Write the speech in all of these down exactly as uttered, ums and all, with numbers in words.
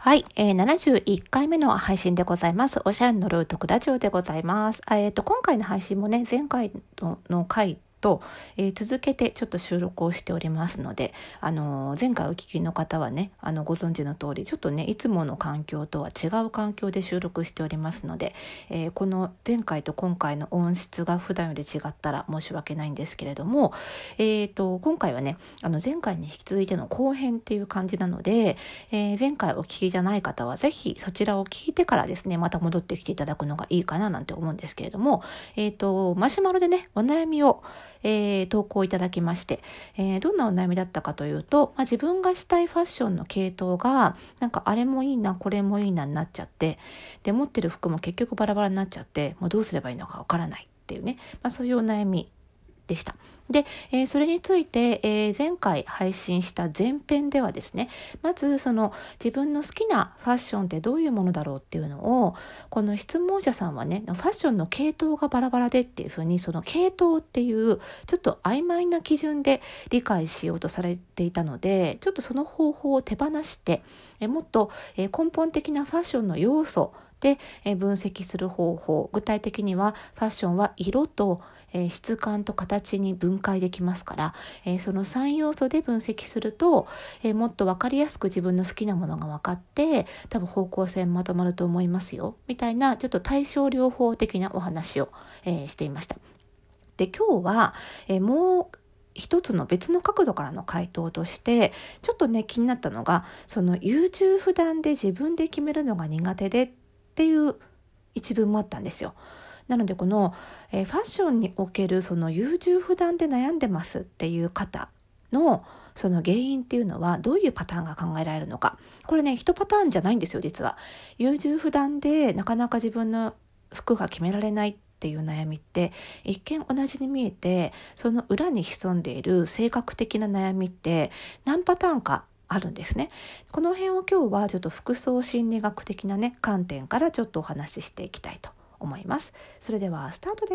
はい、えー、ななじゅういっかいめの配信でございます。おしゃれのルートクラジオでございます。えーと、今回の配信もね、前回のの回と、えー、続けてちょっと収録をしておりますので、あのー、前回お聞きの方はね、あのご存知の通り、ちょっとね、いつもの環境とは違う環境で収録しておりますので、えー、この前回と今回の音質が普段より違ったら申し訳ないんですけれども、えーと、今回はね、あの前回に引き続いての後編っていう感じなので、えー、前回お聞きじゃない方はぜひそちらを聞いてからですね、また戻ってきていただくのがいいかななんて思うんですけれども、えーと、マシュマロでね、お悩みをえー、投稿いただきまして、えー、どんなお悩みだったかというと、まあ、自分がしたいファッションの系統がなんかあれもいいなこれもいいなになっちゃって、で持ってる服も結局バラバラになっちゃって、もうどうすればいいのかわからないっていうね、まあ、そういうお悩みでした。で、えー、それについて、えー、前回配信した前編ではですね、まずその自分の好きなファッションってどういうものだろうっていうのを、この質問者さんはね、ファッションの系統がバラバラでっていうふうに、その系統っていうちょっと曖昧な基準で理解しようとされていたので、ちょっとその方法を手放して、えー、もっと、えー、根本的なファッションの要素で分析する方法、具体的にはファッションは色と質感と形に分解できますから、そのさん要素で分析するともっと分かりやすく自分の好きなものが分かって、多分方向性まとまると思いますよみたいな、ちょっと対症療法的なお話をしていました。で、今日はもう一つの別の角度からの回答として、ちょっとね気になったのが、その優柔不断で自分で決めるのが苦手でっていう一文もあったんですよ。なのでこの、えー、ファッションにおけるその優柔不断で悩んでますっていう方のその原因っていうのはどういうパターンが考えられるのか。これね、一パターンじゃないんですよ、実は。優柔不断でなかなか自分の服が決められないっていう悩みって一見同じに見えて、その裏に潜んでいる性格的な悩みって何パターンかあるんですね。この辺を今日はちょっと服装心理学的なね観点からちょっとお話ししていきたいと思います。それではスタートです。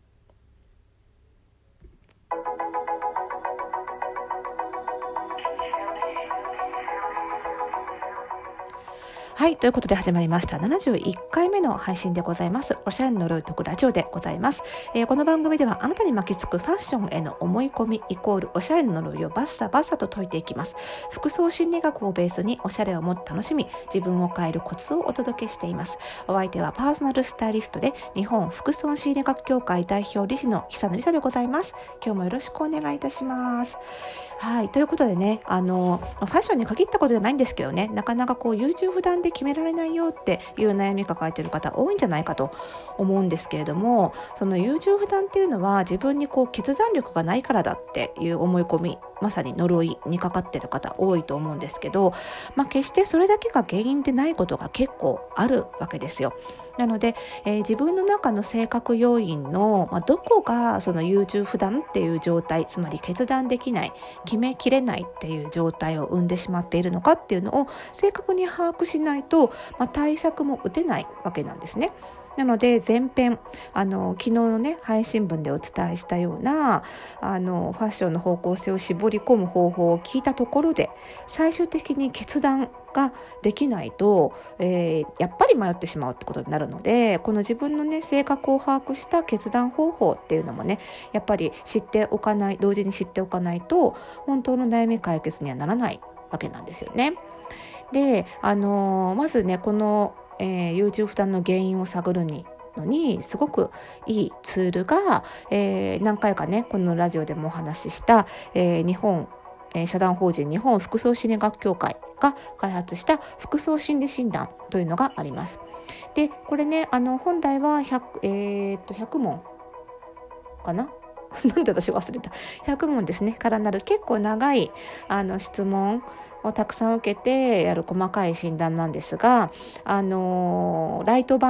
はい、ということで始まりましたななじゅういっかいめの配信でございます。おしゃれのルートラジオでございます。えー、この番組ではあなたに巻きつくファッションへの思い込みイコールおしゃれの呪いをバッサバッサと解いていきます。服装心理学をベースにおしゃれをもっと楽しみ、自分を変えるコツをお届けしています。お相手はパーソナルスタイリストで日本服装心理学協会代表理事の久野理沙でございます。今日もよろしくお願いいたします。はい、ということでね、あのファッションに限ったことじゃないんですけどね、なかなかこう優柔不断で決められないよっていう悩み抱えている方多いんじゃないかと思うんですけれども、その優柔不断っていうのは自分にこう決断力がないからだっていう思い込み、まさに呪いにかかっている方多いと思うんですけど、まあ、決してそれだけが原因でないことが結構あるわけですよ。なので、えー、自分の中の性格要因の、まあ、どこがその優柔不断っていう状態、つまり決断できない、決めきれないっていう状態を生んでしまっているのかっていうのを正確に把握しないと、まあ、対策も打てないわけなんですね。なので前編、あの昨日のね配信文でお伝えしたようなあのファッションの方向性を絞り込む方法を聞いたところで、最終的に決断ができないと、えー、やっぱり迷ってしまうってことになるので、この自分のね性格を把握した決断方法っていうのもね、やっぱり知っておかない、同時に知っておかないと本当の悩み解決にはならないわけなんですよね。で、あのー、まずねこのえー、優柔不断の原因を探るにのにすごくいいツールが、えー、何回かねこのラジオでもお話しした、えー、日本、えー、社団法人日本服装心理学協会が開発した服装心理診断というのがあります。で、これねあの本来はひゃく、えー、っとひゃく問かななんで私忘れたひゃく問ですねからなる結構長いあの質問をたくさん受けてやる細かい診断なんですが、あのー、ライト版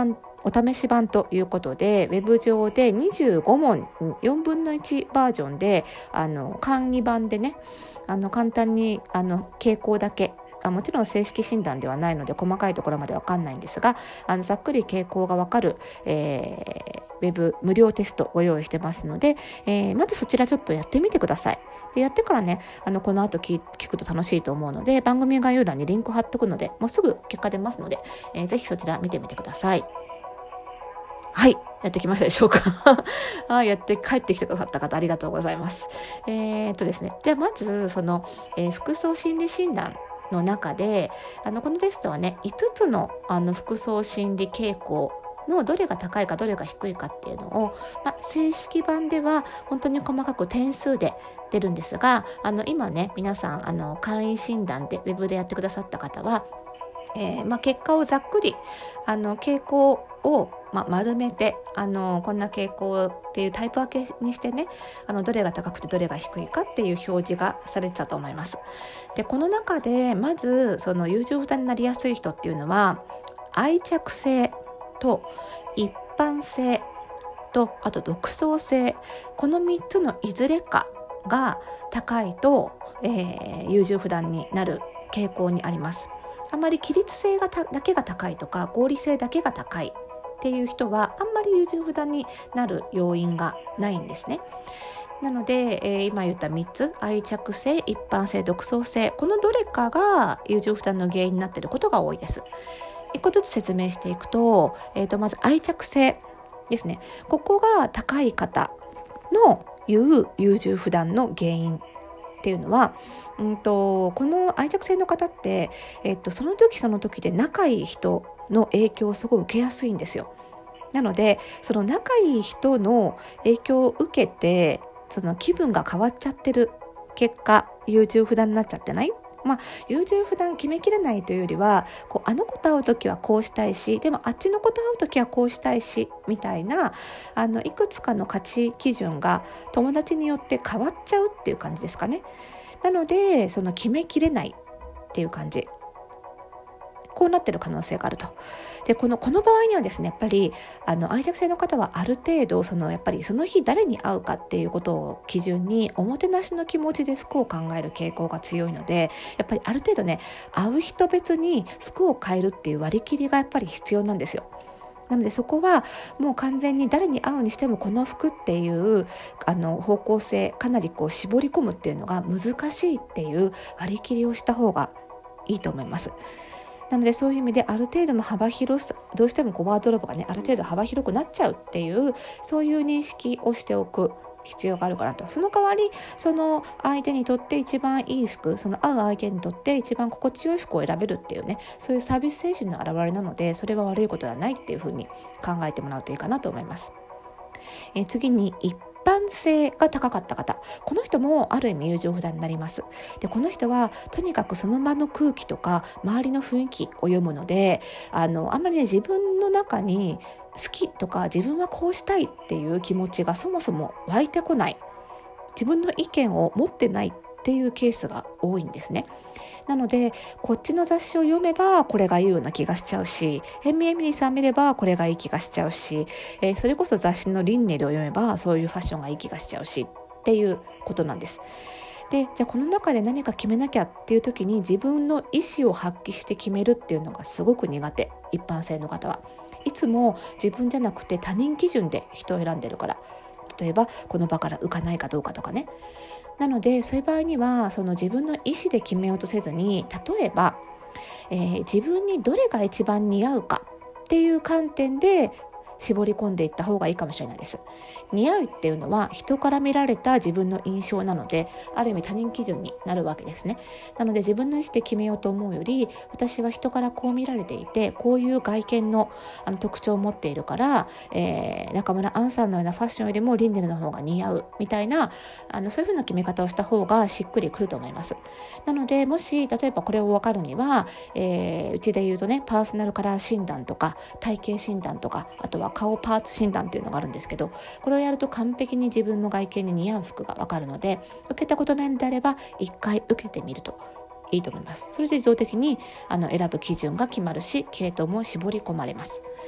お試し版ということで、ウェブ上でにじゅうごもんよんぶんのいちバージョンであの簡易版でね、あの簡単にあの傾向だけ、あもちろん正式診断ではないので細かいところまでわかんないんですが、あのざっくり傾向がわかる、えーウェブ無料テストをご用意してますので、えー、まずそちらちょっとやってみてください。でやってからね、あのこの後聞, 聞くと楽しいと思うので、番組概要欄にリンク貼っとくので、もうすぐ結果出ますので、えー、ぜひそちら見てみてください。はい、やってきましたでしょうかあやって帰ってきてくださった方ありがとうございます。えー、っとですね、じゃあまずその、えー、服装心理診断の中で、あのこのテストはねいつつの、あの服装心理傾向のどれが高いかどれが低いかっていうのを、まあ、正式版では本当に細かく点数で出るんですが、あの今ね皆さんあの簡易診断でウェブでやってくださった方は、えーまあ、結果をざっくりあの傾向を、まあ、丸めて、あのこんな傾向っていうタイプ分けにしてね、あのどれが高くてどれが低いかっていう表示がされてたと思います。でこの中でまずその優柔不断になりやすい人っていうのは、愛着性と一般性とあと独創性、このみっつのいずれかが高いと、えー、優柔不断になる傾向にあります。あまり規律性がただけが高いとか合理性だけが高いっていう人はあんまり優柔不断になる要因がないんですね。なので、えー、今言ったみっつ、愛着性、一般性、独創性、このどれかが優柔不断の原因になっていることが多いです。一個ずつ説明していくと、えーと、まず愛着性ですね。ここが高い方の言う優柔不断の原因っていうのは、うんと、この愛着性の方って、えーと、その時その時で仲いい人の影響をすごい受けやすいんですよ。なので、その仲いい人の影響を受けて、その気分が変わっちゃってる結果、優柔不断になっちゃってない？まあ、優柔不断決めきれないというよりは、こうあの子と会うときはこうしたいし、でもあっちの子と会うときはこうしたいしみたいな、あのいくつかの価値基準が友達によって変わっちゃうっていう感じですかね。なのでその決めきれないっていう感じ、こうなってる可能性があると。でこのこの場合にはですね、やっぱりあの愛着性の方はある程度そのやっぱりその日誰に会うかっていうことを基準におもてなしの気持ちで服を考える傾向が強いので、やっぱりある程度ね、会う人別に服を変えるっていう割り切りがやっぱり必要なんですよ。なのでそこはもう完全に誰に会うにしてもこの服っていうあの方向性かなりこう絞り込むっていうのが難しいっていう割り切りをした方がいいと思います。なのでそういう意味である程度の幅広さ、どうしてもこうワードローブがねある程度幅広くなっちゃうっていうそういう認識をしておく必要があるかなと。その代わりその相手にとって一番いい服、その合う相手にとって一番心地よい服を選べるっていうね、そういうサービス精神の表れなので、それは悪いことではないっていうふうに考えてもらうといいかなと思います。えー、次に一般性が高かった方、この人もある意味優柔不断になります。でこの人はとにかくその場の空気とか周りの雰囲気を読むので、あのあんまりね自分の中に好きとか自分はこうしたいっていう気持ちがそもそも湧いてこない、自分の意見を持ってないっていうケースが多いんですね。なのでこっちの雑誌を読めばこれがいいような気がしちゃうし、ヘンミエミリーさん見ればこれがいい気がしちゃうし、えー、それこそ雑誌のリンネルを読めばそういうファッションがいい気がしちゃうしっていうことなんです。でじゃあこの中で何か決めなきゃっていう時に自分の意思を発揮して決めるっていうのがすごく苦手。一般性の方はいつも自分じゃなくて他人基準で人を選んでるから、例えばこの場から浮かないかどうかとかね。なのでそういう場合にはその自分の意思で決めようとせずに、例えば、えー、自分にどれが一番似合うかっていう観点で絞り込んでいった方がいいかもしれないです。似合うっていうのは人から見られた自分の印象なので、ある意味他人基準になるわけですね。なので自分の意思で決めようと思うより、私は人からこう見られていてこういう外見 の, あの特徴を持っているから、えー、中村アンさんのようなファッションよりもリンネルの方が似合うみたいな、あのそういう風な決め方をした方がしっくりくると思います。なのでもし例えばこれを分かるには、えー、うちで言うとね、パーソナルカラー診断とか体型診断とか、あとは顔パーツ診断っていうのがあるんですけど、これをやると完璧に自分の外見に似合う服が分かるので、受けたことないのであれば一回受けてみるといいと思います。それで自動的にあの選ぶ基準が決まるし、系統も絞り込まれます。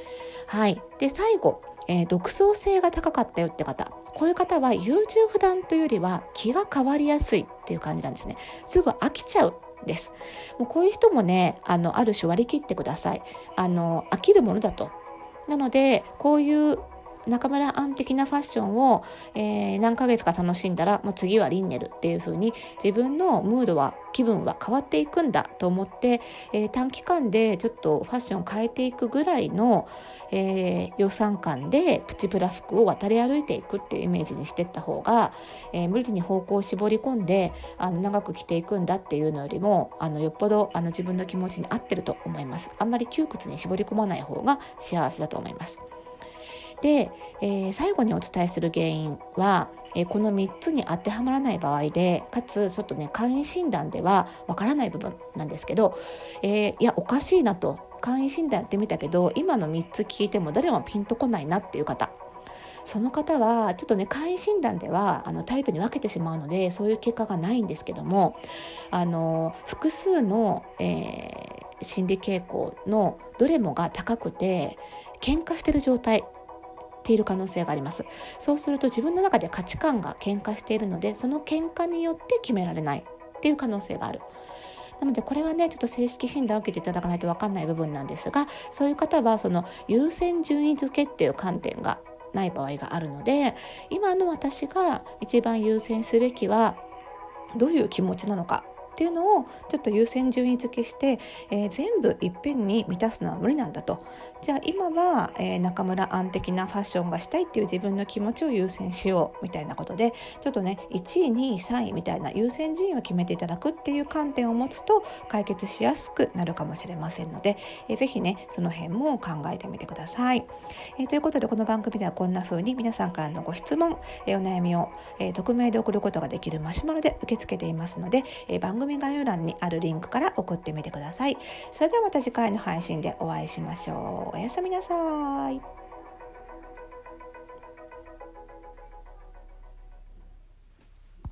はい、で最後、えー、独創性が高かったよって方、こういう方は優柔不断というよりは気が変わりやすいっていう感じなんですね。すぐ飽きちゃうです。もうこういう人もね、あのある種割り切ってください。あの飽きるものだと。なのでこういう中村アン的なファッションを、えー、何ヶ月か楽しんだらもう次はリンネルっていう風に自分のムードは気分は変わっていくんだと思って、えー、短期間でちょっとファッションを変えていくぐらいの、えー、予算感でプチプラ服を渡り歩いていくっていうイメージにしていった方が、えー、無理に方向を絞り込んであの長く着ていくんだっていうのよりもあのよっぽどあの自分の気持ちに合ってると思います。あんまり窮屈に絞り込まない方が幸せだと思います。で、えー、最後にお伝えする原因は、えー、このみっつに当てはまらない場合で、かつちょっとね簡易診断ではわからない部分なんですけど、えー、いやおかしいなと、簡易診断やってみたけど今のみっつ聞いても誰もピンとこないなっていう方、その方はちょっとね簡易診断ではあのタイプに分けてしまうのでそういう結果がないんですけども、あの複数の、えー、心理傾向のどれもが高くて喧嘩してる状態ている可能性があります。そうすると自分の中で価値観が喧嘩しているので、その喧嘩によって決められないっていう可能性がある。なのでこれはねちょっと正式診断を受けていただかないと分かんない部分なんですが、そういう方はその優先順位付けっていう観点がない場合があるので、今の私が一番優先すべきはどういう気持ちなのかっていうのをちょっと優先順位付けして、えー、全部いっぺんに満たすのは無理なんだと。じゃあ今は、えー、中村アン的なファッションがしたいっていう自分の気持ちを優先しようみたいなことで、ちょっとねいちいにいさんいみたいな優先順位を決めていただくっていう観点を持つと解決しやすくなるかもしれませんので、えー、ぜひねその辺も考えてみてください。えー、ということでこの番組ではこんな風に皆さんからのご質問、えー、お悩みを、えー、匿名で送ることができるマシュマロで受け付けていますので、えー、番組概要欄にあるリンクから送ってみてください。それではまた次回の配信でお会いしましょう。おやすみなさい。